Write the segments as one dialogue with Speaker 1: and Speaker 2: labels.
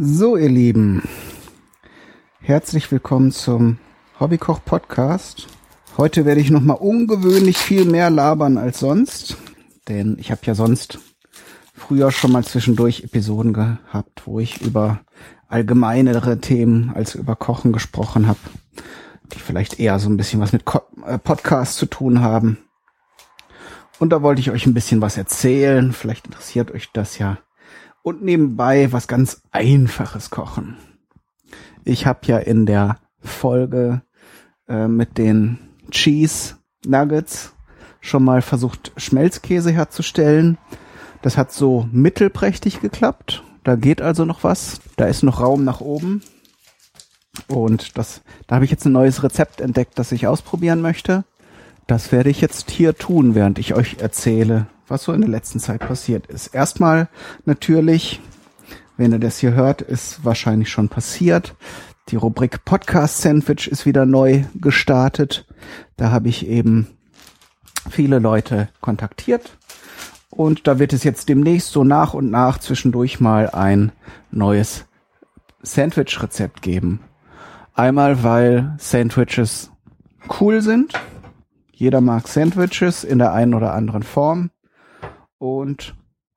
Speaker 1: So, ihr Lieben, herzlich willkommen zum Hobbykoch-Podcast. Heute werde ich nochmal ungewöhnlich viel mehr labern als sonst, denn ich habe ja sonst früher schon mal zwischendurch Episoden gehabt, wo ich über allgemeinere Themen als über Kochen gesprochen habe, die vielleicht eher so ein bisschen was mit Podcasts zu tun haben. Und da wollte ich euch ein bisschen was erzählen, vielleicht interessiert euch das ja. Und nebenbei was ganz Einfaches kochen. Ich habe ja in der Folge mit den Cheese Nuggets schon mal versucht, Schmelzkäse herzustellen. Das hat so mittelprächtig geklappt. Da geht also noch was. Da ist noch Raum nach oben. Und da habe ich jetzt ein neues Rezept entdeckt, das ich ausprobieren möchte. Das werde ich jetzt hier tun, während ich euch erzähle, was so in der letzten Zeit passiert ist. Erstmal natürlich, wenn ihr das hier hört, ist wahrscheinlich schon passiert. Die Rubrik Podcast Sandwich ist wieder neu gestartet. Da habe ich eben viele Leute kontaktiert. Und da wird es jetzt demnächst so nach und nach zwischendurch mal ein neues Sandwich-Rezept geben. Einmal, weil Sandwiches cool sind. Jeder mag Sandwiches in der einen oder anderen Form. Und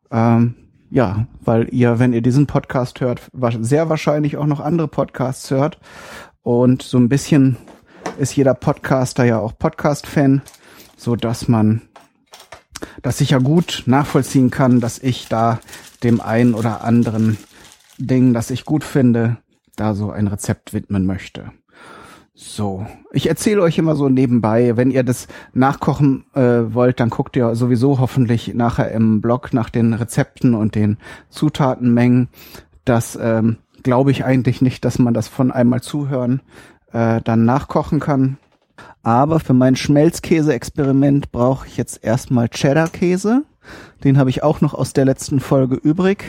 Speaker 1: weil ihr, wenn ihr diesen Podcast hört, sehr wahrscheinlich auch noch andere Podcasts hört. Und so ein bisschen ist jeder Podcaster ja auch Podcast-Fan, so dass ich ja gut nachvollziehen kann, dass ich da dem einen oder anderen Ding, das ich gut finde, da so ein Rezept widmen möchte. So, ich erzähle euch immer so nebenbei, wenn ihr das nachkochen wollt, dann guckt ihr sowieso hoffentlich nachher im Blog nach den Rezepten und den Zutatenmengen. Das glaube ich eigentlich nicht, dass man das von einmal zuhören dann nachkochen kann. Aber für mein Schmelzkäse-Experiment brauche ich jetzt erstmal Cheddar-Käse. Den habe ich auch noch aus der letzten Folge übrig.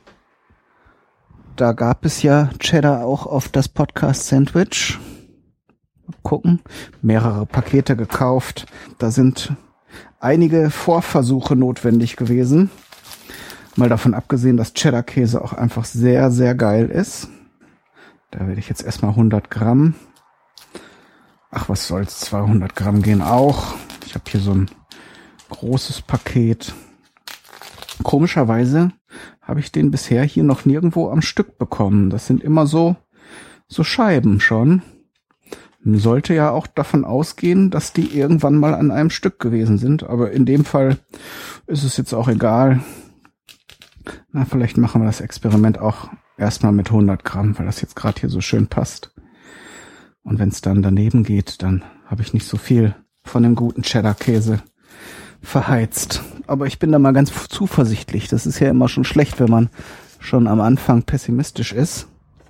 Speaker 1: Da gab es ja Cheddar auch auf das Podcast-Sandwich. Gucken, mehrere Pakete gekauft. Da sind einige Vorversuche notwendig gewesen. Mal davon abgesehen, dass Cheddar-Käse auch einfach sehr, sehr geil ist. Da werde ich jetzt erstmal 100 Gramm. Ach, was soll's, 200 Gramm gehen auch. Ich habe hier so ein großes Paket. Komischerweise habe ich den bisher hier noch nirgendwo am Stück bekommen. Das sind immer so Scheiben schon. Sollte ja auch davon ausgehen, dass die irgendwann mal an einem Stück gewesen sind. Aber in dem Fall ist es jetzt auch egal. Na, vielleicht machen wir das Experiment auch erstmal mit 100 Gramm, weil das jetzt gerade hier so schön passt. Und wenn es dann daneben geht, dann habe ich nicht so viel von dem guten Cheddar-Käse verheizt. Aber ich bin da mal ganz zuversichtlich. Das ist ja immer schon schlecht, wenn man schon am Anfang pessimistisch ist.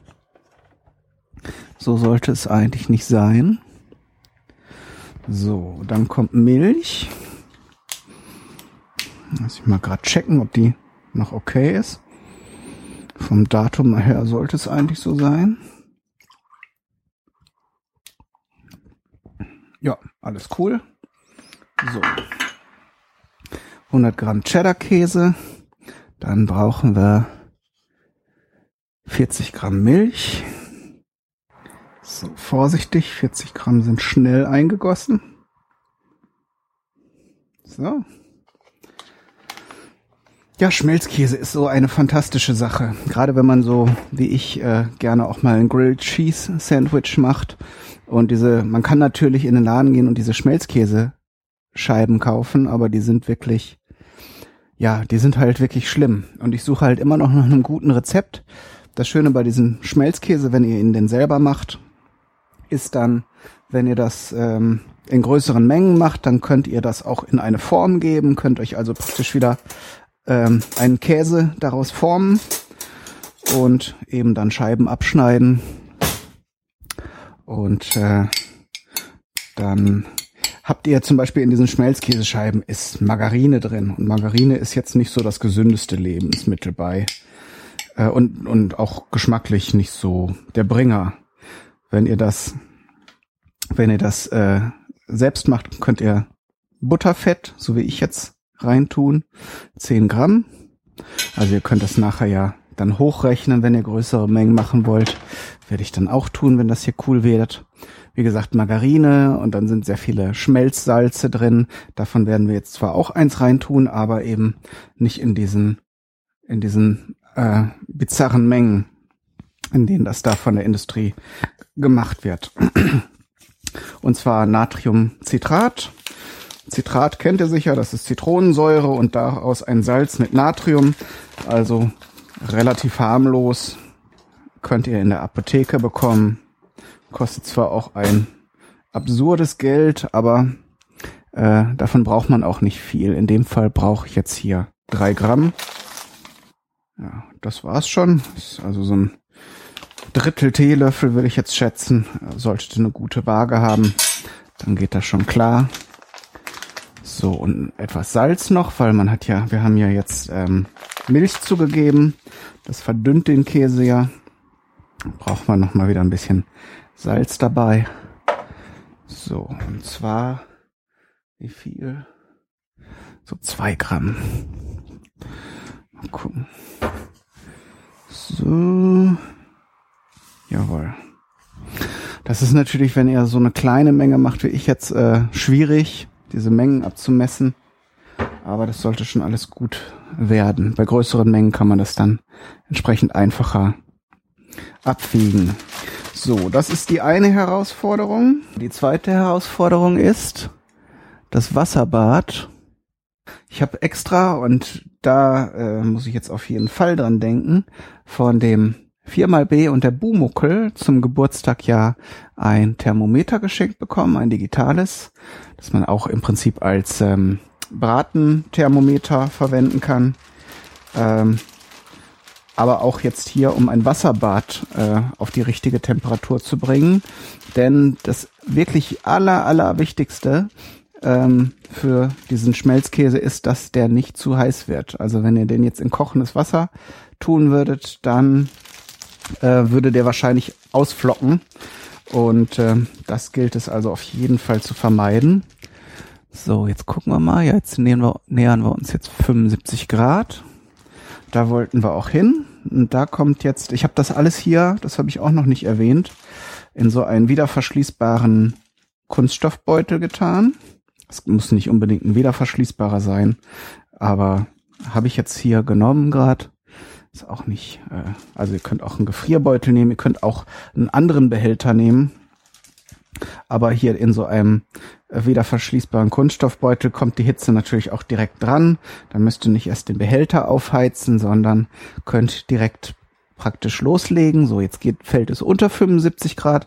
Speaker 1: So sollte es eigentlich nicht sein. So, dann kommt Milch. Lass ich mal gerade checken, ob die noch okay ist. Vom Datum her sollte es eigentlich so sein. Ja, alles cool. So. 100 Gramm Cheddar-Käse. Dann brauchen wir 40 Gramm Milch. So, vorsichtig, 40 Gramm sind schnell eingegossen. So. Ja, Schmelzkäse ist so eine fantastische Sache. Gerade wenn man so, wie ich, gerne auch mal ein Grilled Cheese Sandwich macht. Und man kann natürlich in den Laden gehen und diese Schmelzkäse-Scheiben kaufen, aber die sind wirklich, die sind halt wirklich schlimm. Und ich suche halt immer noch nach einem guten Rezept. Das Schöne bei diesem Schmelzkäse, wenn ihr ihn denn selber macht, ist dann, wenn ihr das in größeren Mengen macht, dann könnt ihr das auch in eine Form geben, könnt euch also praktisch wieder einen Käse daraus formen und eben dann Scheiben abschneiden. Und dann habt ihr zum Beispiel in diesen Schmelzkäsescheiben ist Margarine drin. Und Margarine ist jetzt nicht so das gesündeste Lebensmittel bei. Und auch geschmacklich nicht so der Bringer. Wenn ihr das selbst macht, könnt ihr Butterfett, so wie ich jetzt, reintun. 10 Gramm. Also ihr könnt das nachher ja dann hochrechnen, wenn ihr größere Mengen machen wollt. Werde ich dann auch tun, wenn das hier cool wird. Wie gesagt, Margarine und dann sind sehr viele Schmelzsalze drin. Davon werden wir jetzt zwar auch eins reintun, aber eben nicht in diesen bizarren Mengen, in denen das da von der Industrie gemacht wird. Und zwar Natriumcitrat. Citrat kennt ihr sicher, das ist Zitronensäure und daraus ein Salz mit Natrium. Also relativ harmlos, könnt ihr in der Apotheke bekommen. Kostet zwar auch ein absurdes Geld, aber davon braucht man auch nicht viel. In dem Fall brauche ich jetzt hier 3 Gramm. Ja, das war's schon. Das ist also so ein Drittel Teelöffel, würde ich jetzt schätzen. Solltet ihr eine gute Waage haben, dann geht das schon klar. So, und etwas Salz noch, weil wir haben ja jetzt Milch zugegeben. Das verdünnt den Käse ja. Braucht man noch mal wieder ein bisschen Salz dabei. So, und zwar, wie viel? So 2 Gramm. Mal gucken. So. Jawohl. Das ist natürlich, wenn ihr so eine kleine Menge macht, wie ich jetzt, schwierig, diese Mengen abzumessen. Aber das sollte schon alles gut werden. Bei größeren Mengen kann man das dann entsprechend einfacher abwiegen. So, das ist die eine Herausforderung. Die zweite Herausforderung ist das Wasserbad. Ich habe extra, und da muss ich jetzt auf jeden Fall dran denken, von dem 4xB und der Bumuckel zum Geburtstag ja ein Thermometer geschenkt bekommen, ein digitales, das man auch im Prinzip als Bratenthermometer verwenden kann. Aber auch jetzt hier, um ein Wasserbad auf die richtige Temperatur zu bringen. Denn das wirklich allerwichtigste für diesen Schmelzkäse ist, dass der nicht zu heiß wird. Also wenn ihr den jetzt in kochendes Wasser tun würdet, dann würde der wahrscheinlich ausflocken. Und das gilt es also auf jeden Fall zu vermeiden. So, jetzt gucken wir mal. Ja, jetzt nähern wir uns jetzt 75 Grad. Da wollten wir auch hin. Und da kommt jetzt, ich habe das alles hier, das habe ich auch noch nicht erwähnt, in so einen wiederverschließbaren Kunststoffbeutel getan. Es muss nicht unbedingt ein wiederverschließbarer sein, aber habe ich jetzt hier genommen gerade. Ist auch nicht, also ihr könnt auch einen Gefrierbeutel nehmen, ihr könnt auch einen anderen Behälter nehmen. Aber hier in so einem wieder verschließbaren Kunststoffbeutel kommt die Hitze natürlich auch direkt dran. Dann müsst ihr nicht erst den Behälter aufheizen, sondern könnt direkt praktisch loslegen. So, jetzt fällt es unter 75 Grad.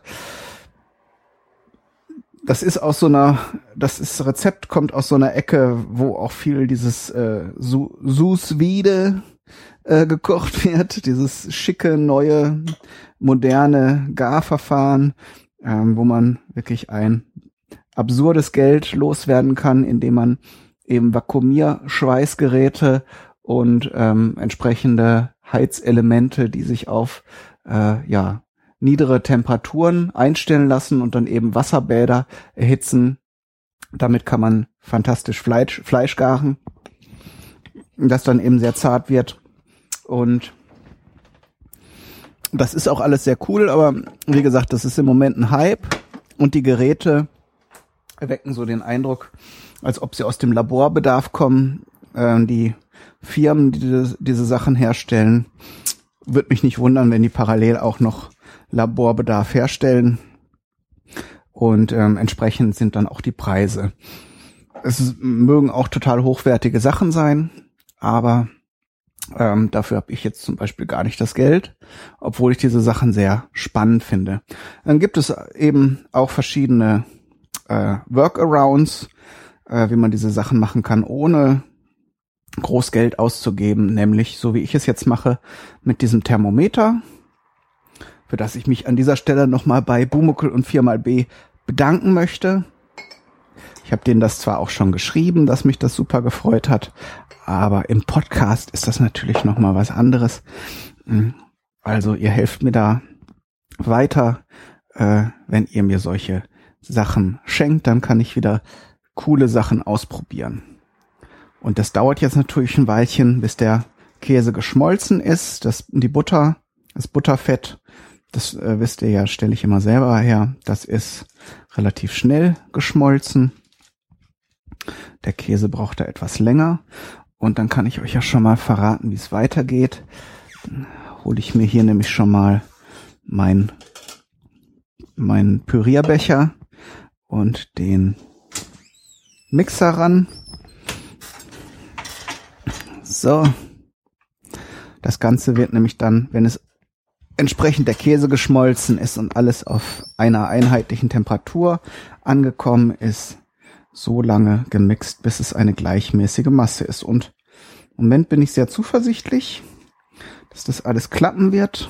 Speaker 1: Das Rezept kommt aus so einer Ecke, wo auch viel dieses Sous Vide gekocht wird. Dieses schicke, neue, moderne Garverfahren, wo man wirklich ein absurdes Geld loswerden kann, indem man eben Vakuumierschweißgeräte und entsprechende Heizelemente, die sich auf niedere Temperaturen einstellen lassen und dann eben Wasserbäder erhitzen. Damit kann man fantastisch Fleisch garen, das dann eben sehr zart wird. Und das ist auch alles sehr cool, aber wie gesagt, das ist im Moment ein Hype und die Geräte erwecken so den Eindruck, als ob sie aus dem Laborbedarf kommen. Die Firmen, die diese Sachen herstellen, würde mich nicht wundern, wenn die parallel auch noch Laborbedarf herstellen und entsprechend sind dann auch die Preise. Es mögen auch total hochwertige Sachen sein, aber dafür habe ich jetzt zum Beispiel gar nicht das Geld, obwohl ich diese Sachen sehr spannend finde. Dann gibt es eben auch verschiedene Workarounds, wie man diese Sachen machen kann, ohne groß Geld auszugeben, nämlich so wie ich es jetzt mache mit diesem Thermometer, für das ich mich an dieser Stelle nochmal bei Bumuckel und 4xB bedanken möchte. Ich habe denen das zwar auch schon geschrieben, dass mich das super gefreut hat, aber im Podcast ist das natürlich nochmal was anderes. Also ihr helft mir da weiter, wenn ihr mir solche Sachen schenkt, dann kann ich wieder coole Sachen ausprobieren. Und das dauert jetzt natürlich ein Weilchen, bis der Käse geschmolzen ist, das Butterfett, das wisst ihr ja, stelle ich immer selber her, das ist relativ schnell geschmolzen. Der Käse braucht da etwas länger. Und dann kann ich euch ja schon mal verraten, wie es weitergeht. Dann hole ich mir hier nämlich schon mal meinen Pürierbecher und den Mixer ran. So. Das Ganze wird nämlich dann, wenn es entsprechend der Käse geschmolzen ist und alles auf einer einheitlichen Temperatur angekommen ist, so lange gemixt, bis es eine gleichmäßige Masse ist. Und im Moment bin ich sehr zuversichtlich, dass das alles klappen wird.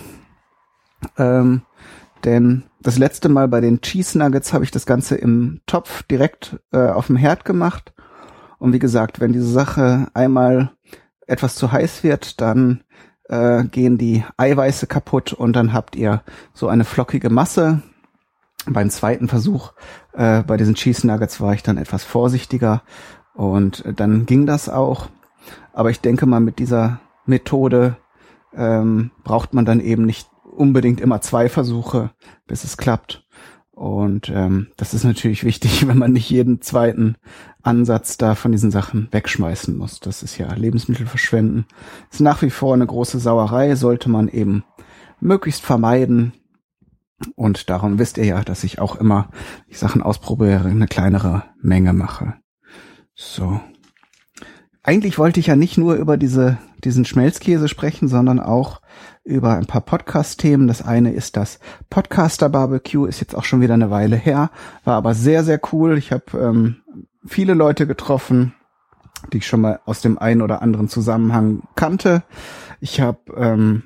Speaker 1: Denn das letzte Mal bei den Cheese Nuggets habe ich das Ganze im Topf direkt auf dem Herd gemacht. Und wie gesagt, wenn diese Sache einmal etwas zu heiß wird, dann gehen die Eiweiße kaputt und dann habt ihr so eine flockige Masse. Beim zweiten Versuch bei diesen Cheese Nuggets war ich dann etwas vorsichtiger und dann ging das auch. Aber ich denke mal, mit dieser Methode braucht man dann eben nicht unbedingt immer 2 Versuche, bis es klappt. Und das ist natürlich wichtig, wenn man nicht jeden zweiten Ansatz da von diesen Sachen wegschmeißen muss. Das ist ja Lebensmittel verschwenden. Ist nach wie vor eine große Sauerei, sollte man eben möglichst vermeiden. Und darum wisst ihr ja, dass ich auch immer, wenn ich Sachen ausprobiere, eine kleinere Menge mache. So. Eigentlich wollte ich ja nicht nur über diesen Schmelzkäse sprechen, sondern auch über ein paar Podcast-Themen. Das eine ist das Podcaster-Barbecue, ist jetzt auch schon wieder eine Weile her, war aber sehr, sehr cool. Ich habe viele Leute getroffen, die ich schon mal aus dem einen oder anderen Zusammenhang kannte. Ich habe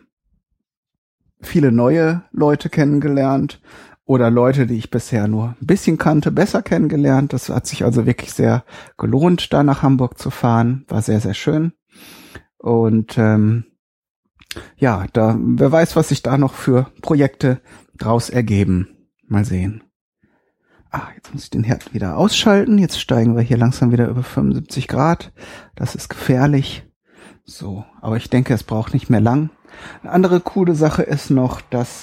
Speaker 1: viele neue Leute kennengelernt oder Leute, die ich bisher nur ein bisschen kannte, besser kennengelernt. Das hat sich also wirklich sehr gelohnt, da nach Hamburg zu fahren. War sehr, sehr schön. Und ja, wer weiß, was sich da noch für Projekte draus ergeben. Mal sehen. Jetzt muss ich den Herd wieder ausschalten. Jetzt steigen wir hier langsam wieder über 75 Grad. Das ist gefährlich. So, aber ich denke, es braucht nicht mehr lang. Eine andere coole Sache ist noch, dass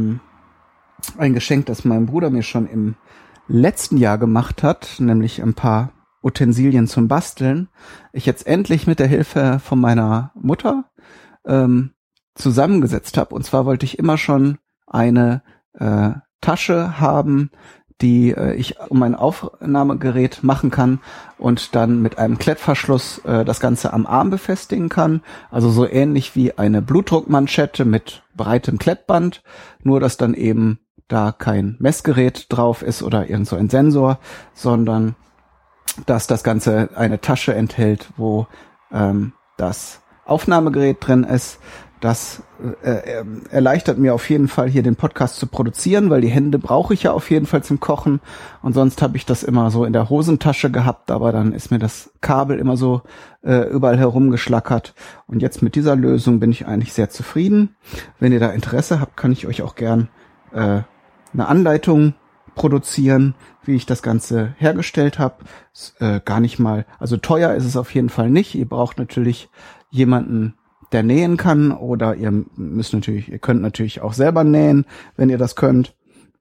Speaker 1: ein Geschenk, das mein Bruder mir schon im letzten Jahr gemacht hat, nämlich ein paar Utensilien zum Basteln, ich jetzt endlich mit der Hilfe von meiner Mutter zusammengesetzt habe. Und zwar wollte ich immer schon eine Tasche haben, die ich um mein Aufnahmegerät machen kann und dann mit einem Klettverschluss das Ganze am Arm befestigen kann. Also so ähnlich wie eine Blutdruckmanschette mit breitem Klettband, nur dass dann eben da kein Messgerät drauf ist oder irgend so ein Sensor, sondern dass das Ganze eine Tasche enthält, wo das Aufnahmegerät drin ist. Das erleichtert mir auf jeden Fall, hier den Podcast zu produzieren, weil die Hände brauche ich ja auf jeden Fall zum Kochen. Und sonst habe ich das immer so in der Hosentasche gehabt, aber dann ist mir das Kabel immer so überall herumgeschlackert. Und jetzt mit dieser Lösung bin ich eigentlich sehr zufrieden. Wenn ihr da Interesse habt, kann ich euch auch gern eine Anleitung produzieren, wie ich das Ganze hergestellt habe. Gar nicht mal, also teuer ist es auf jeden Fall nicht. Ihr braucht natürlich jemanden, der nähen kann, oder ihr könnt natürlich auch selber nähen, wenn ihr das könnt.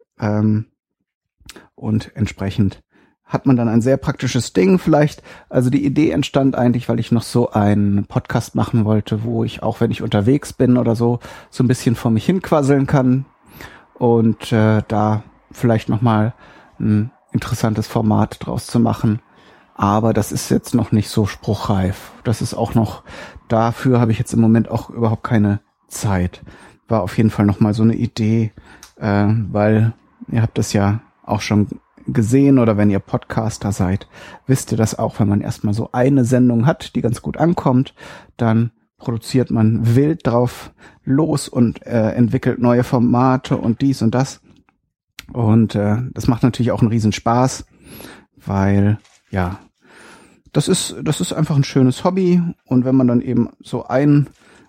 Speaker 1: Und entsprechend hat man dann ein sehr praktisches Ding vielleicht. Also die Idee entstand eigentlich, weil ich noch so einen Podcast machen wollte, wo ich auch, wenn ich unterwegs bin oder so ein bisschen vor mich hinquasseln kann und da vielleicht nochmal ein interessantes Format draus zu machen. Aber das ist jetzt noch nicht so spruchreif. Das ist auch noch, dafür habe ich jetzt im Moment auch überhaupt keine Zeit. War auf jeden Fall nochmal so eine Idee, weil ihr habt das ja auch schon gesehen, oder wenn ihr Podcaster seid, wisst ihr das auch, wenn man erstmal so eine Sendung hat, die ganz gut ankommt, dann produziert man wild drauf los und entwickelt neue Formate und dies und das. Und das macht natürlich auch einen riesen Spaß, weil ja, das ist einfach ein schönes Hobby, und wenn man dann eben so ein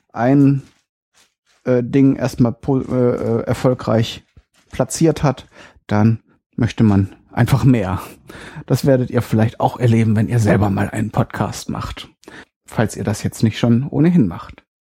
Speaker 1: Ding erstmal erfolgreich platziert hat, dann möchte man einfach mehr. Das werdet ihr vielleicht auch erleben, wenn ihr selber mal einen Podcast macht, falls ihr das jetzt nicht schon ohnehin macht.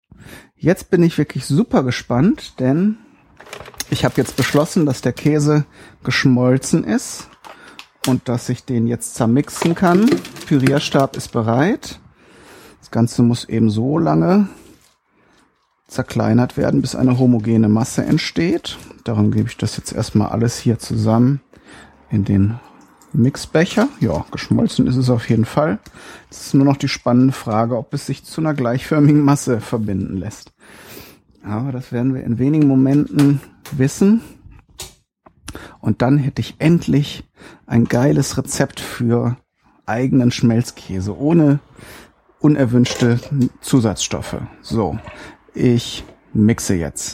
Speaker 1: Jetzt bin ich wirklich super gespannt, denn ich habe jetzt beschlossen, dass der Käse geschmolzen ist und dass ich den jetzt zermixen kann. Pürierstab ist bereit. Das Ganze muss eben so lange zerkleinert werden, bis eine homogene Masse entsteht. Darum gebe ich das jetzt erstmal alles hier zusammen in den Mixbecher. Ja, geschmolzen ist es auf jeden Fall. Es ist nur noch die spannende Frage, ob es sich zu einer gleichförmigen Masse verbinden lässt. Aber das werden wir in wenigen Momenten wissen. Und dann hätte ich endlich ein geiles Rezept für eigenen Schmelzkäse ohne unerwünschte Zusatzstoffe. So, ich mixe jetzt.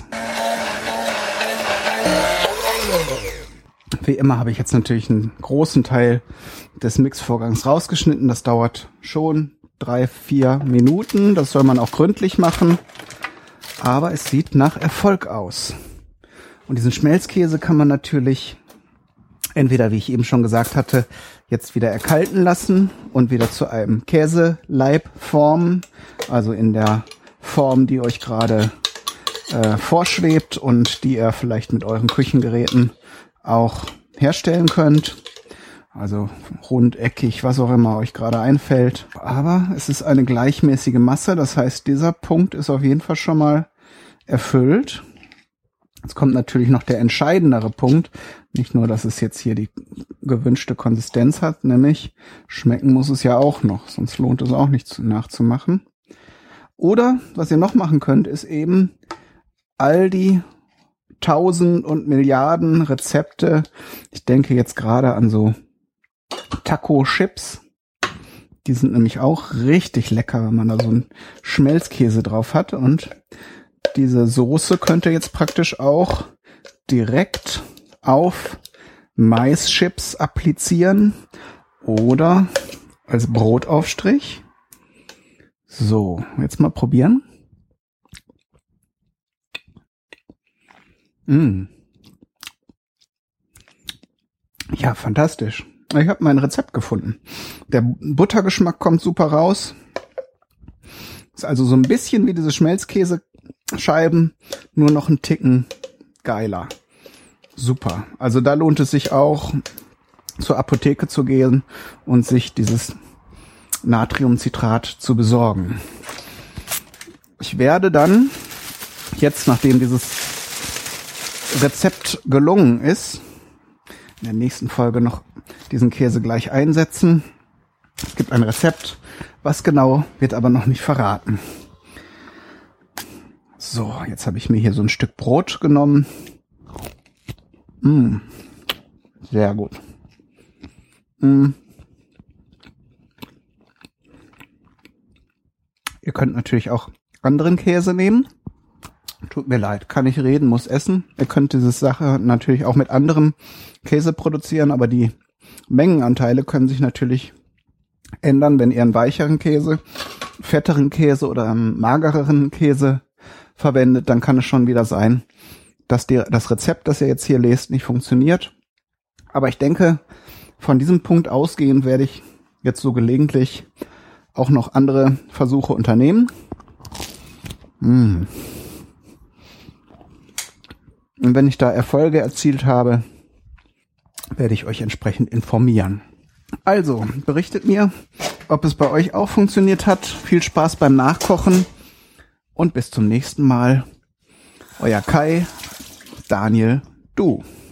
Speaker 1: Wie immer habe ich jetzt natürlich einen großen Teil des Mixvorgangs rausgeschnitten. Das dauert schon 3-4 Minuten. Das soll man auch gründlich machen. Aber es sieht nach Erfolg aus. Und diesen Schmelzkäse kann man natürlich entweder, wie ich eben schon gesagt hatte, jetzt wieder erkalten lassen und wieder zu einem Käseleib formen. Also in der Form, die euch gerade vorschwebt und die ihr vielleicht mit euren Küchengeräten auch herstellen könnt. Also rundeckig, was auch immer euch gerade einfällt. Aber es ist eine gleichmäßige Masse. Das heißt, dieser Punkt ist auf jeden Fall schon mal erfüllt. Jetzt kommt natürlich noch der entscheidendere Punkt. Nicht nur, dass es jetzt hier die gewünschte Konsistenz hat, nämlich schmecken muss es ja auch noch. Sonst lohnt es auch nicht nachzumachen. Oder was ihr noch machen könnt, ist eben all die 1000 und Milliarden Rezepte. Ich denke jetzt gerade an so Taco-Chips. Die sind nämlich auch richtig lecker, wenn man da so einen Schmelzkäse drauf hat. Und diese Soße könnt ihr jetzt praktisch auch direkt auf Maischips applizieren oder als Brotaufstrich. So, jetzt mal probieren. Ja, fantastisch. Ich habe mein Rezept gefunden. Der Buttergeschmack kommt super raus. Ist also so ein bisschen wie diese Schmelzkäsescheiben, nur noch ein Ticken geiler. Super. Also da lohnt es sich auch, zur Apotheke zu gehen und sich dieses Natriumcitrat zu besorgen. Ich werde dann, jetzt nachdem dieses Rezept gelungen ist, in der nächsten Folge noch diesen Käse gleich einsetzen. Es gibt ein Rezept, was genau wird aber noch nicht verraten. So, jetzt habe ich mir hier so ein Stück Brot genommen. Sehr gut. Ihr könnt natürlich auch anderen Käse nehmen. Tut mir leid, kann ich reden, muss essen. Ihr könnt diese Sache natürlich auch mit anderem Käse produzieren, aber die Mengenanteile können sich natürlich ändern, wenn ihr einen weicheren Käse, fetteren Käse oder einen magereren Käse verwendet, dann kann es schon wieder sein, dass das Rezept, das ihr jetzt hier lest, nicht funktioniert. Aber ich denke, von diesem Punkt ausgehend werde ich jetzt so gelegentlich auch noch andere Versuche unternehmen. Und wenn ich da Erfolge erzielt habe, werde ich euch entsprechend informieren. Also, berichtet mir, ob es bei euch auch funktioniert hat. Viel Spaß beim Nachkochen und bis zum nächsten Mal. Euer Kai, Daniel, du.